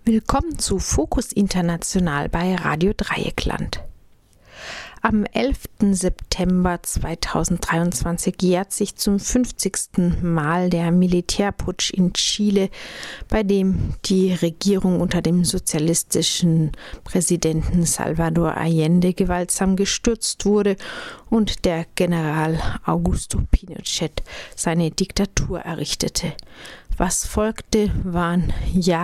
Willkommen zu Fokus International bei Radio Dreieckland. Am 11. September 2023 jährt sich zum 50. Mal der Militärputsch in Chile, bei dem die Regierung unter dem sozialistischen Präsidenten Salvador Allende gewaltsam gestürzt wurde und der General Augusto Pinochet seine Diktatur errichtete. Was folgte, waren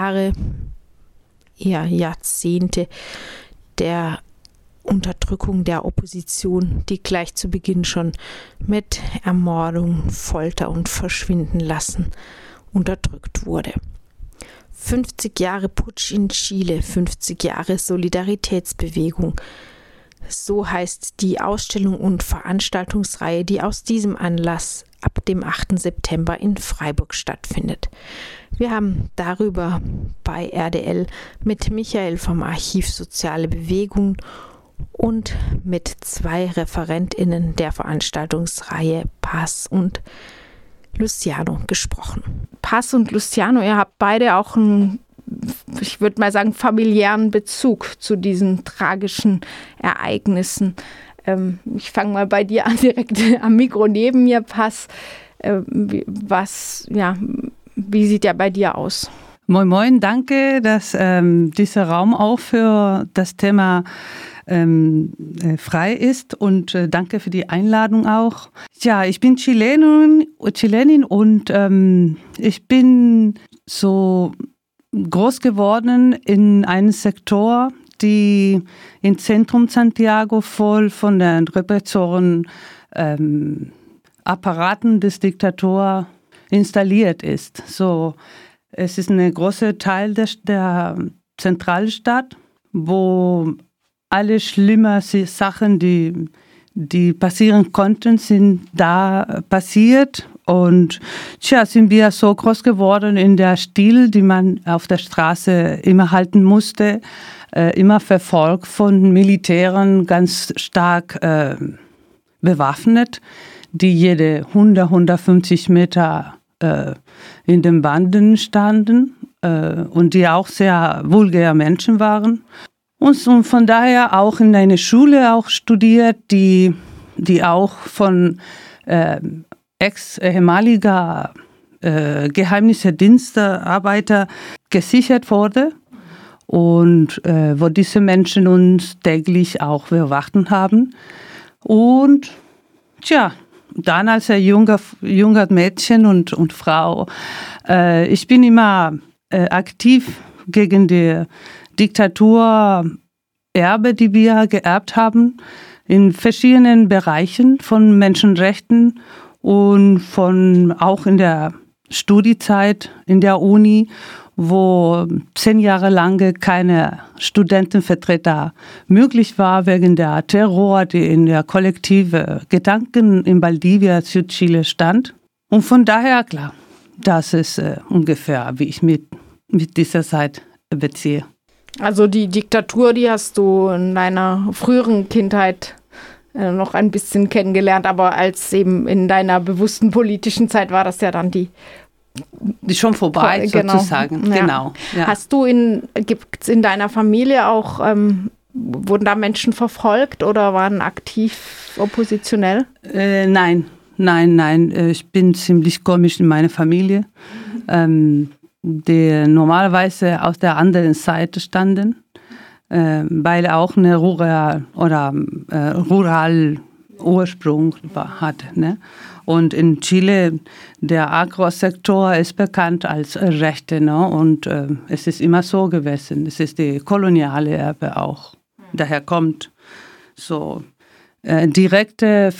Jahrzehnte der Unterdrückung der Opposition, die gleich zu Beginn schon mit Ermordung, Folter und Verschwindenlassen unterdrückt wurde. 50 Jahre Putsch in Chile, 50 Jahre Solidaritätsbewegung. So heißt die Ausstellung und Veranstaltungsreihe, die aus diesem Anlass ab dem 8. September in Freiburg stattfindet. Wir haben darüber bei RDL mit Michael vom Archiv Soziale Bewegung und mit 2 ReferentInnen der Veranstaltungsreihe Paz und Luciano gesprochen. Paz und Luciano, ihr habt beide auch einen, ich würde mal sagen, familiären Bezug zu diesen tragischen Ereignissen. Ich fange mal bei dir an, direkt am Mikro neben mir, Paz. Wie sieht der bei dir aus? Moin, moin, danke, dass dieser Raum auch für das Thema frei ist und danke für die Einladung auch. Ja, ich bin Chilenin und ich bin so groß geworden in einem Sektor, die im Zentrum Santiago voll von den repressoren Apparaten des Diktators installiert ist. So, es ist ein großer Teil der Zentralstadt, wo alle schlimmen Sachen, die passieren konnten, sind da passiert. Und sind wir so groß geworden in der Stil, die man auf der Straße immer halten musste, immer verfolgt von Militären, ganz stark bewaffnet, die jede 150 Meter in den Banden standen und die auch sehr vulgäre Menschen waren. Und von daher auch in einer Schule auch studiert, die auch von ehemaliger Geheimdienstarbeiter gesichert wurde und wo diese Menschen uns täglich auch beobachtet haben. Und dann als junger Mädchen und Frau, ich bin immer aktiv gegen die Diktaturerbe, die wir geerbt haben, in verschiedenen Bereichen von Menschenrechten und auch in der Studiezeit in der Uni, wo 10 Jahre lang keine Studentenvertreter möglich war wegen der Terror, die in der kollektive Gedanken in Valdivia, Südchile stand. Und von daher, klar, das ist ungefähr, wie ich mit dieser Zeit beziehe. Also die Diktatur, die hast du in deiner früheren Kindheit noch ein bisschen kennengelernt, aber als eben in deiner bewussten politischen Zeit war das ja dann die schon vorbei, sozusagen. Ja. Genau. Ja. Gibt's in deiner Familie auch, wurden da Menschen verfolgt oder waren aktiv oppositionell? Nein. Ich bin ziemlich komisch in meiner Familie, die normalerweise aus der anderen Seite standen, weil er auch eine rural Ursprung hat. Ne? Und in Chile, der Agrosektor ist bekannt als Rechte, ne? Und es ist immer so gewesen. Es ist die koloniale Erbe auch. Daher kommt so direkte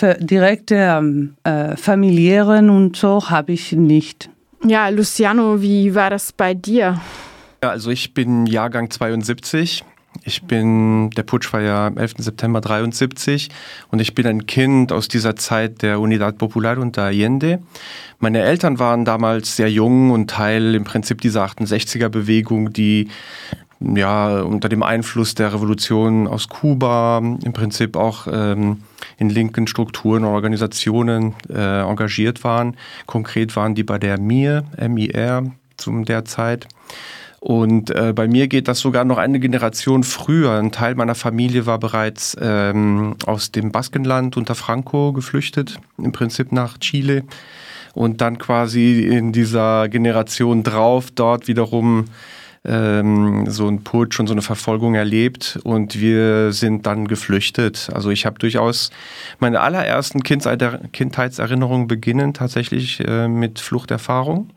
familiären und so habe ich nicht. Ja, Luciano, wie war das bei dir? Ja, also ich bin Jahrgang 72. Der Putsch war ja am 11. September 73 und ich bin ein Kind aus dieser Zeit der Unidad Popular unter Allende. Meine Eltern waren damals sehr jung und Teil im Prinzip dieser 68er-Bewegung, die unter dem Einfluss der Revolution aus Kuba im Prinzip auch in linken Strukturen und Organisationen engagiert waren. Konkret waren die bei der MIR zu der Zeit. Und bei mir geht das sogar noch eine Generation früher. Ein Teil meiner Familie war bereits aus dem Baskenland unter Franco geflüchtet, im Prinzip nach Chile. Und dann quasi in dieser Generation drauf dort wiederum so ein Putsch und so eine Verfolgung erlebt. Und wir sind dann geflüchtet. Also ich habe durchaus meine allerersten Kindheitserinnerungen beginnen tatsächlich mit Fluchterfahrung.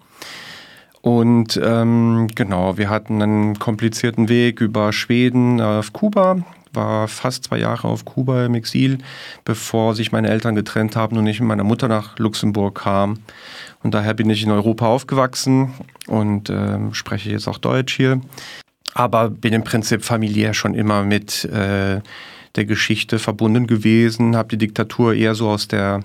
Und genau, wir hatten einen komplizierten Weg über Schweden auf Kuba, war fast 2 Jahre auf Kuba im Exil, bevor sich meine Eltern getrennt haben und ich mit meiner Mutter nach Luxemburg kam. Und daher bin ich in Europa aufgewachsen und spreche jetzt auch Deutsch hier. Aber bin im Prinzip familiär schon immer mit der Geschichte verbunden gewesen, habe die Diktatur eher so aus der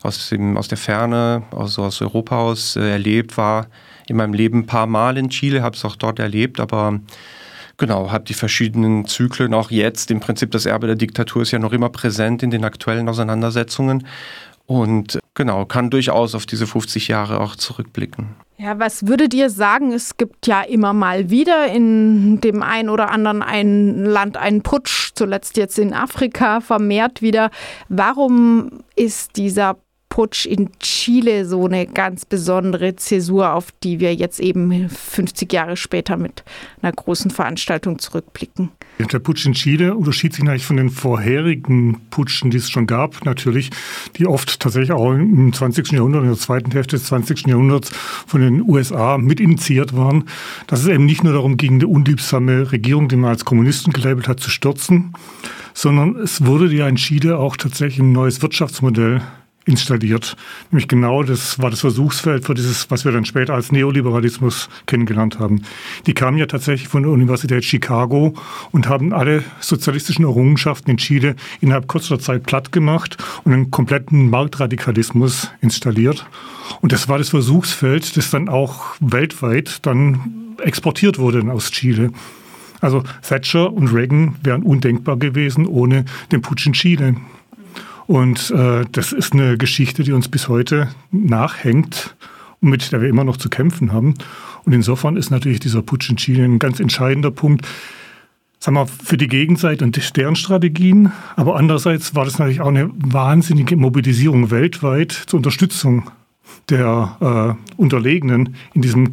Ferne, also aus Europa aus erlebt, war in meinem Leben ein paar Mal in Chile, habe es auch dort erlebt, aber genau, habe die verschiedenen Zyklen, auch jetzt im Prinzip das Erbe der Diktatur ist ja noch immer präsent in den aktuellen Auseinandersetzungen und genau, kann durchaus auf diese 50 Jahre auch zurückblicken. Ja, was würdet ihr sagen? Es gibt ja immer mal wieder in dem einen oder anderen Land einen Putsch, zuletzt jetzt in Afrika vermehrt wieder. Warum ist dieser Putsch in Chile so eine ganz besondere Zäsur, auf die wir jetzt eben 50 Jahre später mit einer großen Veranstaltung zurückblicken? Der Putsch in Chile unterschied sich natürlich von den vorherigen Putschen, die es schon gab, natürlich, die oft tatsächlich auch im 20. Jahrhundert, in der zweiten Hälfte des 20. Jahrhunderts von den USA mitinitiiert waren. Dass es eben nicht nur darum ging, eine unliebsame Regierung, die man als Kommunisten gelabelt hat, zu stürzen, sondern es wurde ja in Chile auch tatsächlich ein neues Wirtschaftsmodell installiert. Nämlich genau das war das Versuchsfeld für dieses, was wir dann später als Neoliberalismus kennengelernt haben. Die kamen ja tatsächlich von der Universität Chicago und haben alle sozialistischen Errungenschaften in Chile innerhalb kurzer Zeit platt gemacht und einen kompletten Marktradikalismus installiert. Und das war das Versuchsfeld, das dann auch weltweit dann exportiert wurde aus Chile. Also Thatcher und Reagan wären undenkbar gewesen ohne den Putsch in Chile. Und das ist eine Geschichte, die uns bis heute nachhängt und mit der wir immer noch zu kämpfen haben. Und insofern ist natürlich dieser Putsch in Chile ein ganz entscheidender Punkt, sagen wir, für die Gegenseite und deren Strategien. Aber andererseits war das natürlich auch eine wahnsinnige Mobilisierung weltweit zur Unterstützung der Unterlegenen in diesem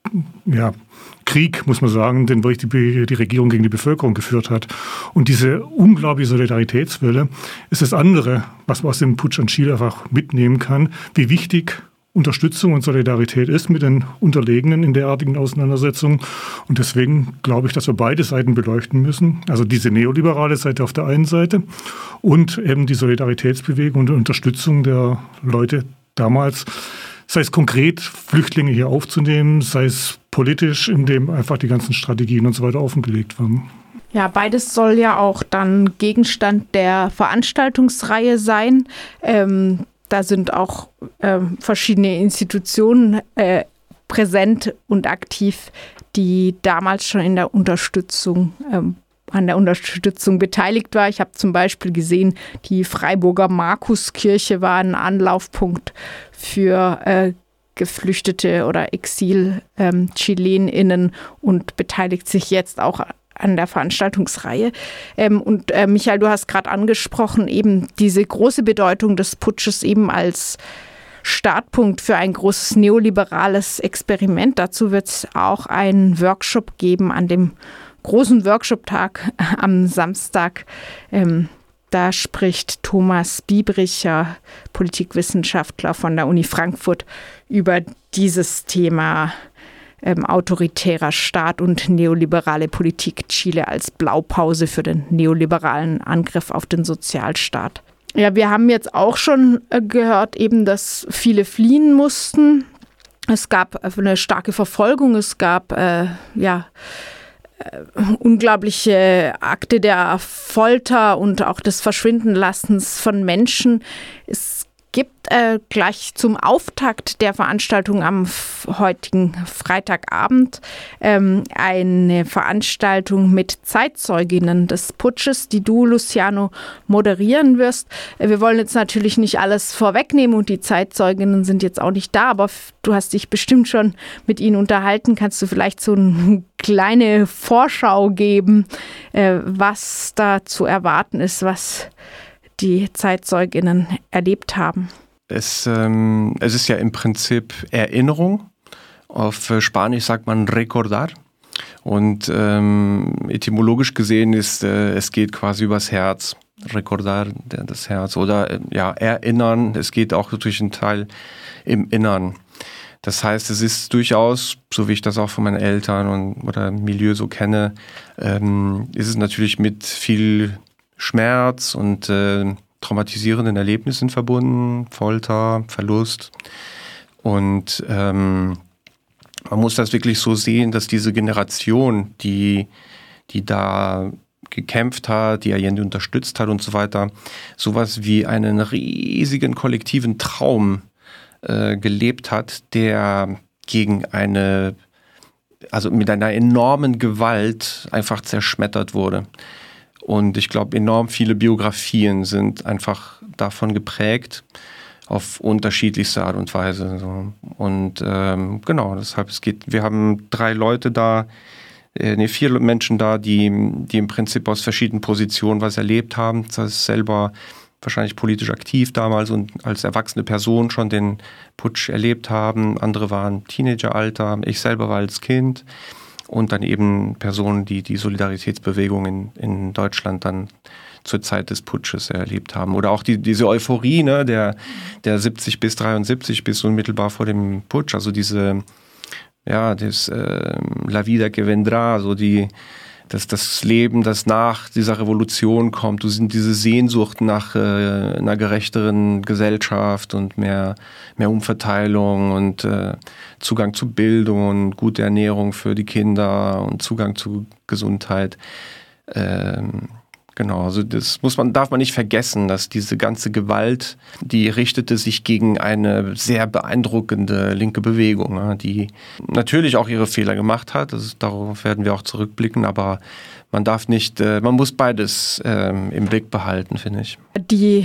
Krieg, muss man sagen, den wirklich die Regierung gegen die Bevölkerung geführt hat. Und diese unglaubliche Solidaritätswelle ist das andere, was man aus dem Putsch an Chile einfach mitnehmen kann, wie wichtig Unterstützung und Solidarität ist mit den Unterlegenen in derartigen Auseinandersetzungen. Und deswegen glaube ich, dass wir beide Seiten beleuchten müssen. Also diese neoliberale Seite auf der einen Seite und eben die Solidaritätsbewegung und die Unterstützung der Leute damals, sei es konkret, Flüchtlinge hier aufzunehmen, sei es politisch, indem einfach die ganzen Strategien und so weiter offengelegt waren. Ja, beides soll ja auch dann Gegenstand der Veranstaltungsreihe sein. Da sind auch verschiedene Institutionen präsent und aktiv, die damals schon in der Unterstützung an der Unterstützung beteiligt war. Ich habe zum Beispiel gesehen, die Freiburger Markuskirche war ein Anlaufpunkt für Geflüchtete oder Exil-ChilenInnen und beteiligt sich jetzt auch an der Veranstaltungsreihe. Und Michael, du hast gerade angesprochen, eben diese große Bedeutung des Putsches eben als Startpunkt für ein großes neoliberales Experiment. Dazu wird es auch einen Workshop geben an dem großen Workshop-Tag am Samstag. Da spricht Thomas Biebricher, Politikwissenschaftler von der Uni Frankfurt, über dieses Thema autoritärer Staat und neoliberale Politik Chile als Blaupause für den neoliberalen Angriff auf den Sozialstaat. Ja, wir haben jetzt auch schon gehört, eben, dass viele fliehen mussten. Es gab eine starke Verfolgung, es gab unglaubliche Akte der Folter und auch des Verschwindenlassens von Menschen. Es gibt gleich zum Auftakt der Veranstaltung am heutigen Freitagabend eine Veranstaltung mit Zeitzeuginnen des Putsches, die du, Luciano, moderieren wirst. Wir wollen jetzt natürlich nicht alles vorwegnehmen und die Zeitzeuginnen sind jetzt auch nicht da, aber du hast dich bestimmt schon mit ihnen unterhalten. Kannst du vielleicht so eine kleine Vorschau geben, was da zu erwarten ist, was die Zeitzeuginnen erlebt haben? Es ist ja im Prinzip Erinnerung. Auf Spanisch sagt man recordar. Und etymologisch gesehen ist, es geht quasi übers Herz. Recordar, das Herz. Oder erinnern. Es geht auch durch einen Teil im Innern. Das heißt, es ist durchaus, so wie ich das auch von meinen Eltern oder Milieu so kenne, ist es natürlich mit viel Schmerz und traumatisierenden Erlebnissen verbunden, Folter, Verlust. Und man muss das wirklich so sehen, dass diese Generation, die da gekämpft hat, die Allende unterstützt hat und so weiter, sowas wie einen riesigen kollektiven Traum gelebt hat, der gegen mit einer enormen Gewalt einfach zerschmettert wurde. Und ich glaube, enorm viele Biografien sind einfach davon geprägt, auf unterschiedlichste Art und Weise. So. Und genau, deshalb wir haben 4 Menschen da, die im Prinzip aus verschiedenen Positionen was erlebt haben. Das heißt, selber wahrscheinlich politisch aktiv damals und als erwachsene Person schon den Putsch erlebt haben. Andere waren Teenageralter, ich selber war als Kind. Und dann eben Personen, die die Solidaritätsbewegung in Deutschland dann zur Zeit des Putsches erlebt haben. Oder auch diese Euphorie, ne, der 70 bis 73 bis unmittelbar vor dem Putsch. Also das La vida que vendrá, so das Leben, das nach dieser Revolution kommt. Diese Sehnsucht nach einer gerechteren Gesellschaft und mehr Umverteilung und Zugang zu Bildung und gute Ernährung für die Kinder und Zugang zu Gesundheit. Genau, also darf man nicht vergessen, dass diese ganze Gewalt, die richtete sich gegen eine sehr beeindruckende linke Bewegung, die natürlich auch ihre Fehler gemacht hat. Darauf werden wir auch zurückblicken, aber man muss beides im Blick behalten, finde ich. Die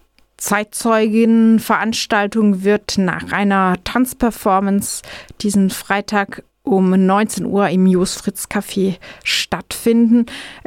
Zeitzeuginnenveranstaltung wird nach einer Tanzperformance diesen Freitag um 19 Uhr im Jos Fritz Café stattfinden.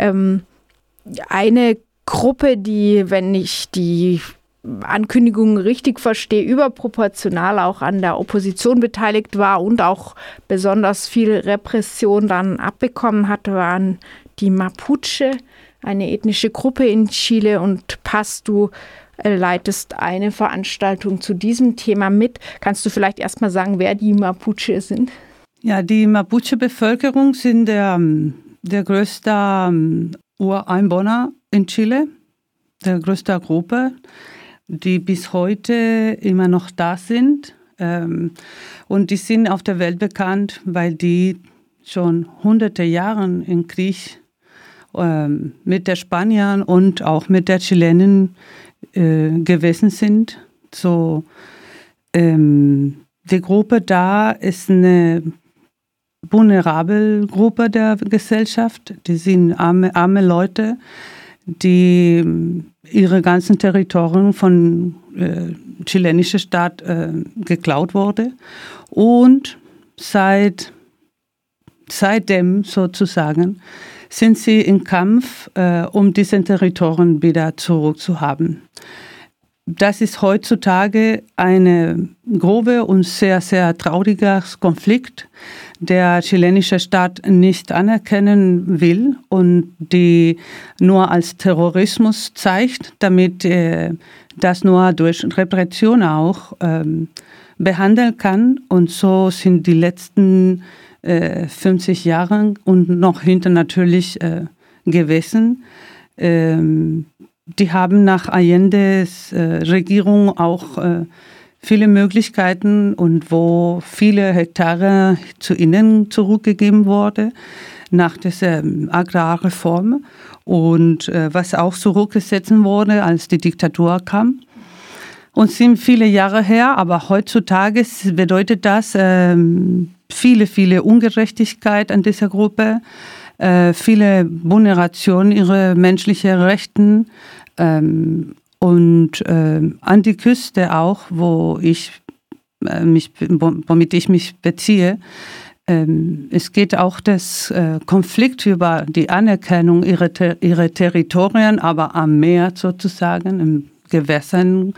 Eine Gruppe, die, wenn ich die Ankündigungen richtig verstehe, überproportional auch an der Opposition beteiligt war und auch besonders viel Repression dann abbekommen hat, waren die Mapuche, eine ethnische Gruppe in Chile. Und du leitest eine Veranstaltung zu diesem Thema mit. Kannst du vielleicht erstmal sagen, wer die Mapuche sind? Ja, die Mapuche-Bevölkerung sind der größte Ureinwohner in Chile, der größte Gruppe, die bis heute immer noch da sind. Und die sind auf der Welt bekannt, weil die schon hunderte Jahre im Krieg mit der Spaniern und auch mit der Chilenen gewesen sind. So, die Gruppe da ist eine vulnerable Gruppe der Gesellschaft. Die sind arme Leute, die ihre ganzen Territorien von chilenischer Staat geklaut wurde. Und seitdem sozusagen sind sie im Kampf, um diese Territorien wieder zurückzuhaben. Das ist heutzutage eine grobe und sehr, sehr trauriger Konflikt, der chilenische Staat nicht anerkennen will und die nur als Terrorismus zeigt, damit das nur durch Repression auch behandeln kann. Und so sind die letzten 50 Jahre und noch hinter natürlich gewesen. Die haben nach Allendes Regierung auch viele Möglichkeiten und wo viele Hektare zu ihnen zurückgegeben wurde nach dieser Agrarreform und was auch zurückgesetzt wurde, als die Diktatur kam. und sind viele Jahre her, aber heutzutage bedeutet das viele Ungerechtigkeit an dieser Gruppe, viele Vulneration ihrer menschlichen Rechten und an die Küste auch, womit ich mich beziehe. Es geht auch das Konflikt über die Anerkennung ihrer Territorien, aber am Meer sozusagen, im Gewässern,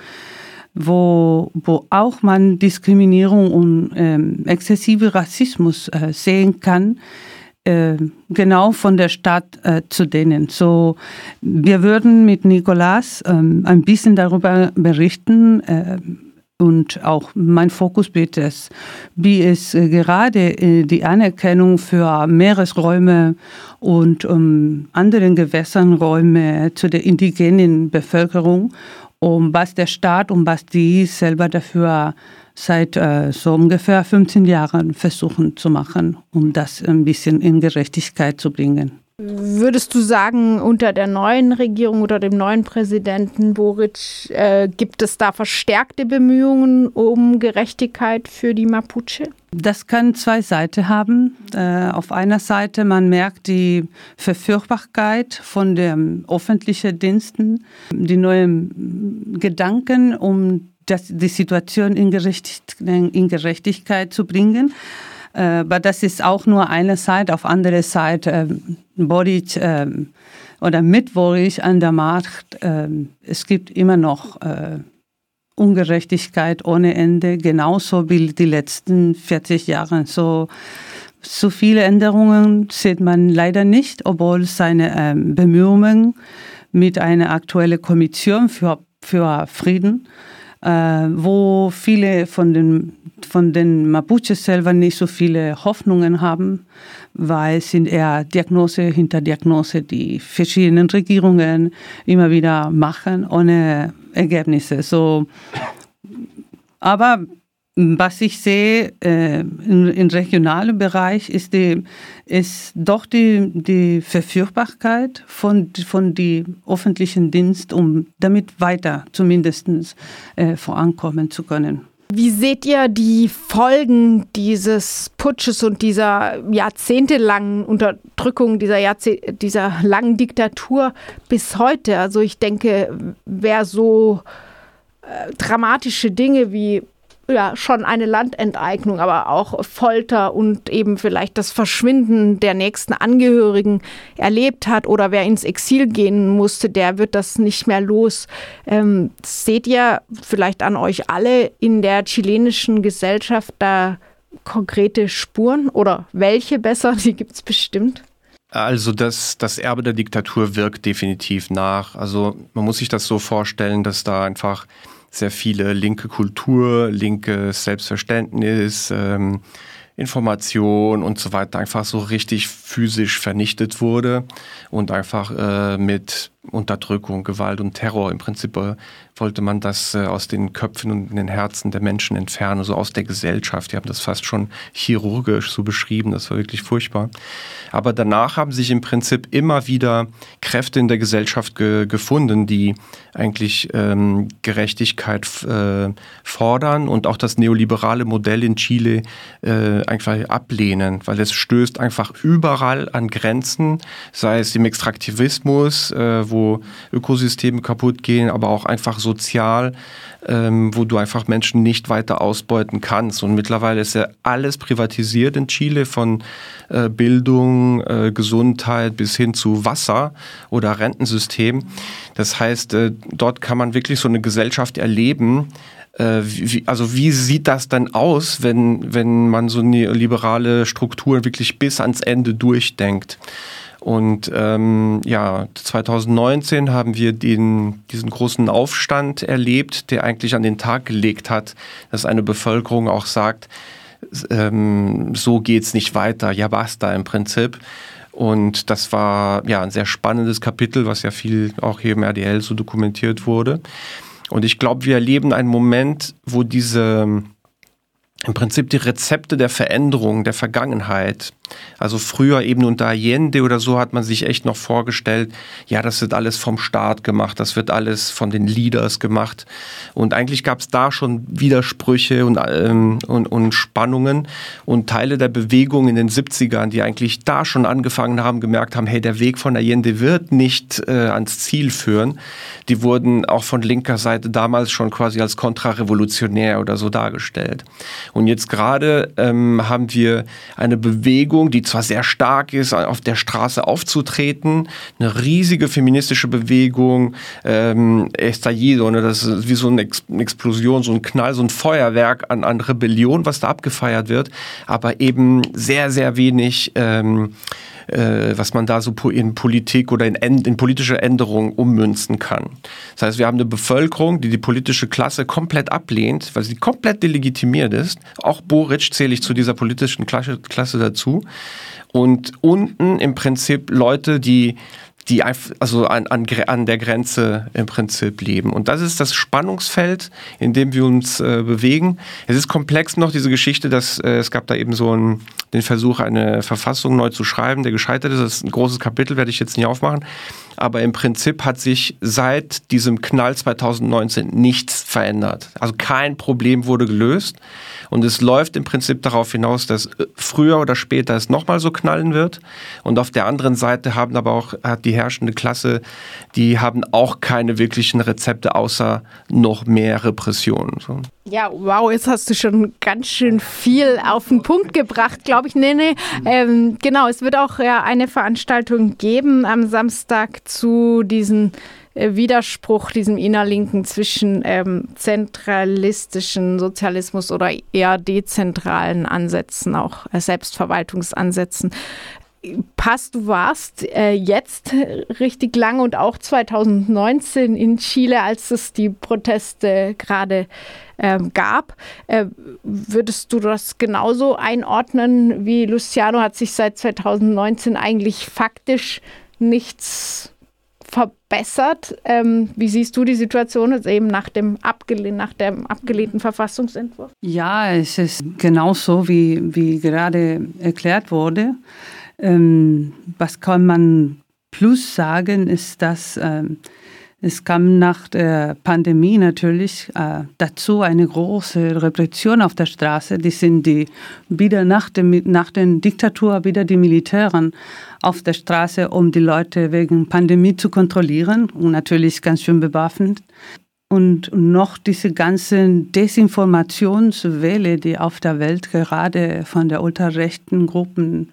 wo auch man Diskriminierung und exzessive Rassismus sehen kann, genau von der Stadt zu denen. So, wir würden mit Nicolas ein bisschen darüber berichten, und auch mein Fokus wird es, wie es gerade die Anerkennung für Meeresräume und anderen Gewässernräume zu der indigenen Bevölkerung, was der Staat und was die selber dafür seit so ungefähr 15 Jahren versuchen zu machen, um das ein bisschen in Gerechtigkeit zu bringen. Würdest du sagen, unter der neuen Regierung oder dem neuen Präsidenten Boric gibt es da verstärkte Bemühungen um Gerechtigkeit für die Mapuche? Das kann zwei Seiten haben. Auf einer Seite, man merkt die Verfügbarkeit von den öffentlichen Diensten, die neuen Gedanken, um die Situation in Gerechtigkeit zu bringen. Aber das ist auch nur eine Seite. Auf andere Seite Boric oder mit Boric an der Macht. Es gibt immer noch Ungerechtigkeit ohne Ende, genauso wie die letzten 40 Jahre. So viele Änderungen sieht man leider nicht, obwohl seine Bemühungen mit einer aktuellen Kommission für Frieden, wo viele von den Mapuche selber nicht so viele Hoffnungen haben, weil es sind eher Diagnose hinter Diagnose, die verschiedenen Regierungen immer wieder machen, ohne Ergebnisse. So, aber was ich sehe im regionalen Bereich ist doch die Verfügbarkeit von den öffentlichen Dienst, um damit weiter zumindest vorankommen zu können. Wie seht ihr die Folgen dieses Putsches und dieser jahrzehntelangen Unterdrückung, dieser langen Diktatur bis heute? Also ich denke, wer so dramatische Dinge wie schon eine Landenteignung, aber auch Folter und eben vielleicht das Verschwinden der nächsten Angehörigen erlebt hat oder wer ins Exil gehen musste, der wird das nicht mehr los. Seht ihr vielleicht an euch alle in der chilenischen Gesellschaft da konkrete Spuren oder welche besser? Die gibt es bestimmt. Also das Erbe der Diktatur wirkt definitiv nach. Also man muss sich das so vorstellen, dass da einfach sehr viele linke Kultur, linkes Selbstverständnis, Information und so weiter einfach so richtig physisch vernichtet wurde und einfach mit Unterdrückung, Gewalt und Terror im Prinzip wollte man das aus den Köpfen und in den Herzen der Menschen entfernen, so aus der Gesellschaft. Die haben das fast schon chirurgisch so beschrieben, das war wirklich furchtbar. Aber danach haben sich im Prinzip immer wieder Kräfte in der Gesellschaft gefunden, die eigentlich Gerechtigkeit fordern und auch das neoliberale Modell in Chile einfach ablehnen, weil es stößt einfach überall an Grenzen, sei es im Extraktivismus, wo Ökosysteme kaputt gehen, aber auch einfach sozial, wo du einfach Menschen nicht weiter ausbeuten kannst. Und mittlerweile ist ja alles privatisiert in Chile, von Bildung, Gesundheit bis hin zu Wasser oder Rentensystem. Das heißt, dort kann man wirklich so eine Gesellschaft erleben. Wie sieht das dann aus, wenn man so neoliberale Strukturen wirklich bis ans Ende durchdenkt? Und 2019 haben wir diesen großen Aufstand erlebt, der eigentlich an den Tag gelegt hat, dass eine Bevölkerung auch sagt, so geht's nicht weiter, ja basta im Prinzip. Und das war ein sehr spannendes Kapitel, was ja viel auch hier im RDL so dokumentiert wurde. Und ich glaube, wir erleben einen Moment, wo im Prinzip die Rezepte der Veränderung der Vergangenheit Also früher eben unter Allende oder so hat man sich echt noch vorgestellt, ja, das wird alles vom Staat gemacht, das wird alles von den Leaders gemacht. Und eigentlich gab es da schon Widersprüche und Spannungen. Und Teile der Bewegung in den 70ern, die eigentlich da schon angefangen haben, gemerkt haben, hey, der Weg von Allende wird nicht ans Ziel führen. Die wurden auch von linker Seite damals schon quasi als kontrarevolutionär oder so dargestellt. Und jetzt gerade haben wir eine Bewegung, die zwar sehr stark ist, auf der Straße aufzutreten, eine riesige feministische Bewegung, Estallido, ne, das ist wie so eine Explosion, so ein Knall, so ein Feuerwerk an Rebellion, was da abgefeiert wird, aber eben sehr, sehr wenig was man da so in Politik oder in politische Änderungen ummünzen kann. Das heißt, wir haben eine Bevölkerung, die politische Klasse komplett ablehnt, weil sie komplett delegitimiert ist. Auch Boric zähle ich zu dieser politischen Klasse dazu. Und unten im Prinzip Leute, die also an der Grenze im Prinzip leben. Und das ist das Spannungsfeld, in dem wir uns bewegen. Es ist komplex noch, diese Geschichte, dass es gab da eben so den Versuch, eine Verfassung neu zu schreiben, der gescheitert ist. Das ist ein großes Kapitel, werde ich jetzt nicht aufmachen. Aber im Prinzip hat sich seit diesem Knall 2019 nichts verändert. Also kein Problem wurde gelöst. Und es läuft im Prinzip darauf hinaus, dass früher oder später es nochmal so knallen wird. Und auf der anderen Seite hat die herrschende Klasse, die haben auch keine wirklichen Rezepte, außer noch mehr Repressionen. So. Ja, wow, jetzt hast du schon ganz schön viel auf den Punkt gebracht, glaube ich. Nee. Genau, es wird auch eine Veranstaltung geben am Samstag zu diesen Widerspruch, diesem innerlinken zwischen zentralistischen Sozialismus oder eher dezentralen Ansätzen, auch Selbstverwaltungsansätzen. Du warst jetzt richtig lange und auch 2019 in Chile, als es die Proteste gerade gab. Würdest du das genauso einordnen wie Luciano? Hat sich seit 2019 eigentlich faktisch nichts verbessert? Wie siehst du die Situation jetzt eben nach dem abgelehnten Verfassungsentwurf? Ja, es ist genauso, wie gerade erklärt wurde. Was kann man plus sagen, ist, dass es kam nach der Pandemie natürlich dazu eine große Repression auf der Straße. Die sind wieder nach der Diktatur wieder die Militären auf der Straße, um die Leute wegen Pandemie zu kontrollieren und natürlich ganz schön bewaffnet. Und noch diese ganzen Desinformationswelle, die auf der Welt gerade von der ultrarechten Gruppen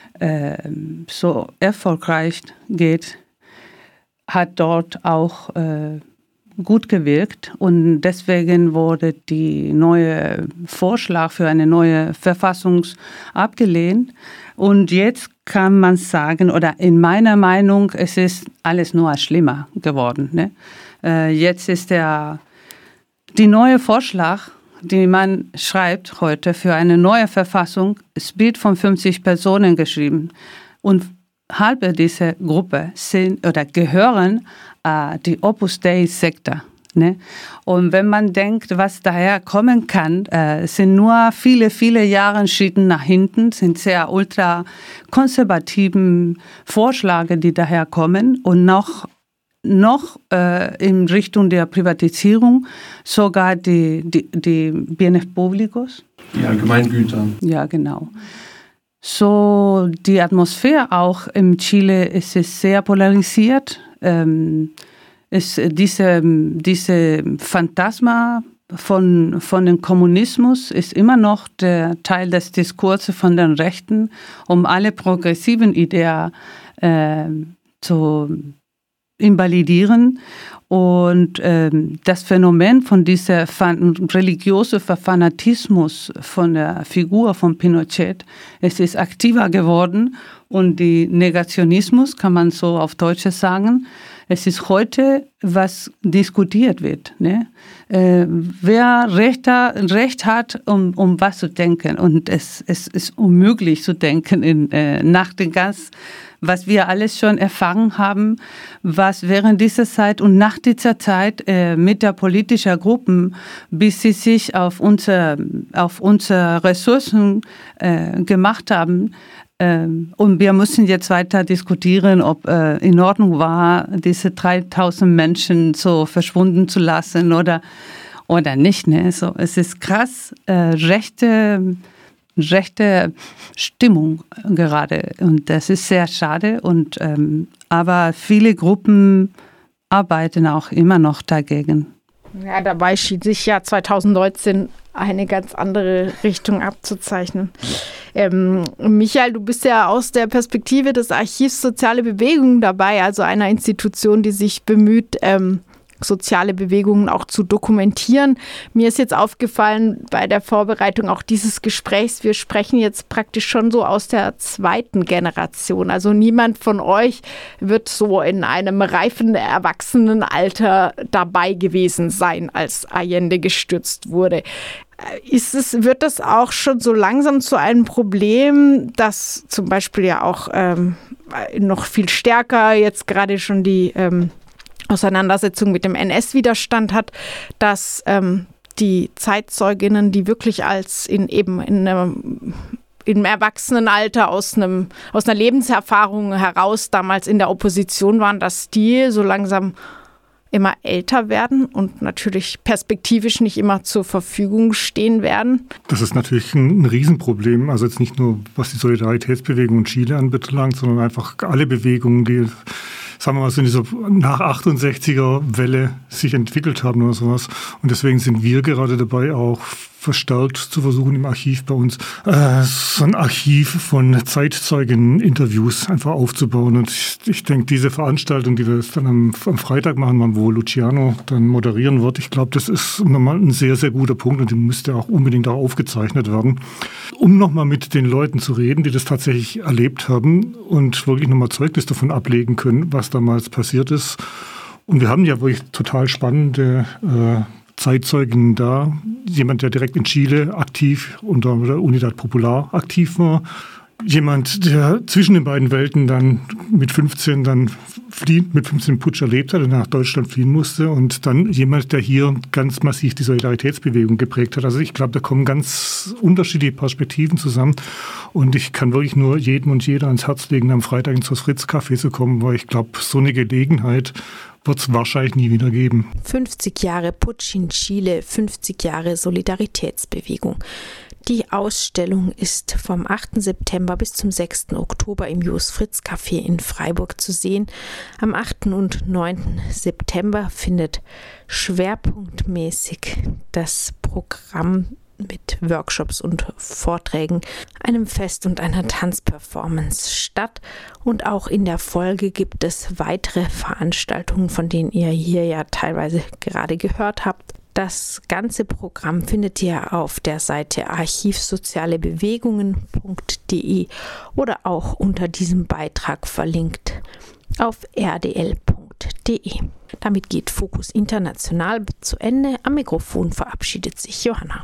so erfolgreich geht, hat dort auch gut gewirkt. Und deswegen wurde die neue Vorschlag für eine neue Verfassung abgelehnt. Und jetzt kann man sagen, oder in meiner Meinung, es ist alles nur schlimmer geworden. Ne? Jetzt ist die neue Vorschlag, die man schreibt heute für eine neue Verfassung, es wird von 50 Personen geschrieben. Und halbe dieser Gruppe gehören die Opus Dei-Sekte. Ne? Und wenn man denkt, was daher kommen kann, sind nur viele, viele Jahre Schritte nach hinten, sind sehr ultrakonservativen Vorschläge, die daher kommen und noch in Richtung der Privatisierung, sogar die Bienes Públicos. Die Allgemeingüter. Ja, genau. So, die Atmosphäre auch in Chile ist sehr polarisiert. Diese Phantasma von dem Kommunismus ist immer noch der Teil des Diskurses von den Rechten, um alle progressiven Ideen zu invalidieren. Und das Phänomen von dieser religiösen Fanatismus von der Figur von Pinochet, es ist aktiver geworden und der Negationismus, kann man so auf Deutsch sagen, es ist heute, was diskutiert wird. Ne? Wer Recht hat, um was zu denken. Und es ist unmöglich zu denken nach dem Ganzen, was wir alles schon erfahren haben, was während dieser Zeit und nach dieser Zeit mit der politischen Gruppen, bis sie sich auf unsere Ressourcen gemacht haben, Und wir müssen jetzt weiter diskutieren, ob in Ordnung war, diese 3000 Menschen so verschwunden zu lassen oder nicht. Ne? So, es ist krass, rechte Stimmung gerade. Und das ist sehr schade. Aber viele Gruppen arbeiten auch immer noch dagegen. Ja, dabei schien sich ja 2019 eine ganz andere Richtung abzuzeichnen. Michael, du bist ja aus der Perspektive des Archivs Soziale Bewegungen dabei, also einer Institution, die sich bemüht, soziale Bewegungen auch zu dokumentieren. Mir ist jetzt aufgefallen bei der Vorbereitung auch dieses Gesprächs, wir sprechen jetzt praktisch schon so aus der zweiten Generation. Also niemand von euch wird so in einem reifen Erwachsenenalter dabei gewesen sein, als Allende gestürzt wurde. Wird das auch schon so langsam zu einem Problem, das zum Beispiel ja auch noch viel stärker jetzt gerade schon die Auseinandersetzung mit dem NS-Widerstand hat, dass die Zeitzeuginnen, die wirklich als im Erwachsenenalter aus einer Lebenserfahrung heraus damals in der Opposition waren, dass die so langsam immer älter werden und natürlich perspektivisch nicht immer zur Verfügung stehen werden. Das ist natürlich ein Riesenproblem. Also jetzt nicht nur, was die Solidaritätsbewegung in Chile anbelangt, sondern einfach alle Bewegungen, die, sagen wir mal, so in dieser nach 68er Welle sich entwickelt haben oder sowas. Und deswegen sind wir gerade dabei, auch verstärkt zu versuchen, im Archiv bei uns so ein Archiv von Zeitzeugen-Interviews einfach aufzubauen. Und ich denke, diese Veranstaltung, die wir jetzt dann am Freitag machen, wo Luciano dann moderieren wird, ich glaube, das ist nochmal ein sehr, sehr guter Punkt und die müsste auch unbedingt auch aufgezeichnet werden, um nochmal mit den Leuten zu reden, die das tatsächlich erlebt haben und wirklich nochmal Zeugnis davon ablegen können, was damals passiert ist. Und wir haben ja wirklich total spannende Zeitzeugen da. Jemand, der direkt in Chile aktiv unter der Unidad Popular aktiv war. Jemand, der zwischen den beiden Welten dann mit 15 Putsch erlebt hat und nach Deutschland fliehen musste. Und dann jemand, der hier ganz massiv die Solidaritätsbewegung geprägt hat. Also ich glaube, da kommen ganz unterschiedliche Perspektiven zusammen. Und ich kann wirklich nur jedem und jeder ans Herz legen, am Freitag ins Fritz-Café zu kommen, weil ich glaube, so eine Gelegenheit wird es wahrscheinlich nie wieder geben. 50 Jahre Putsch in Chile, 50 Jahre Solidaritätsbewegung. Die Ausstellung ist vom 8. September bis zum 6. Oktober im Jos Fritz Café in Freiburg zu sehen. Am 8. und 9. September findet schwerpunktmäßig das Programm mit Workshops und Vorträgen, einem Fest und einer Tanzperformance statt. Und auch in der Folge gibt es weitere Veranstaltungen, von denen ihr hier ja teilweise gerade gehört habt. Das ganze Programm findet ihr auf der Seite archivsozialebewegungen.de oder auch unter diesem Beitrag verlinkt auf rdl.de. Damit geht Fokus International zu Ende. Am Mikrofon verabschiedet sich Johanna.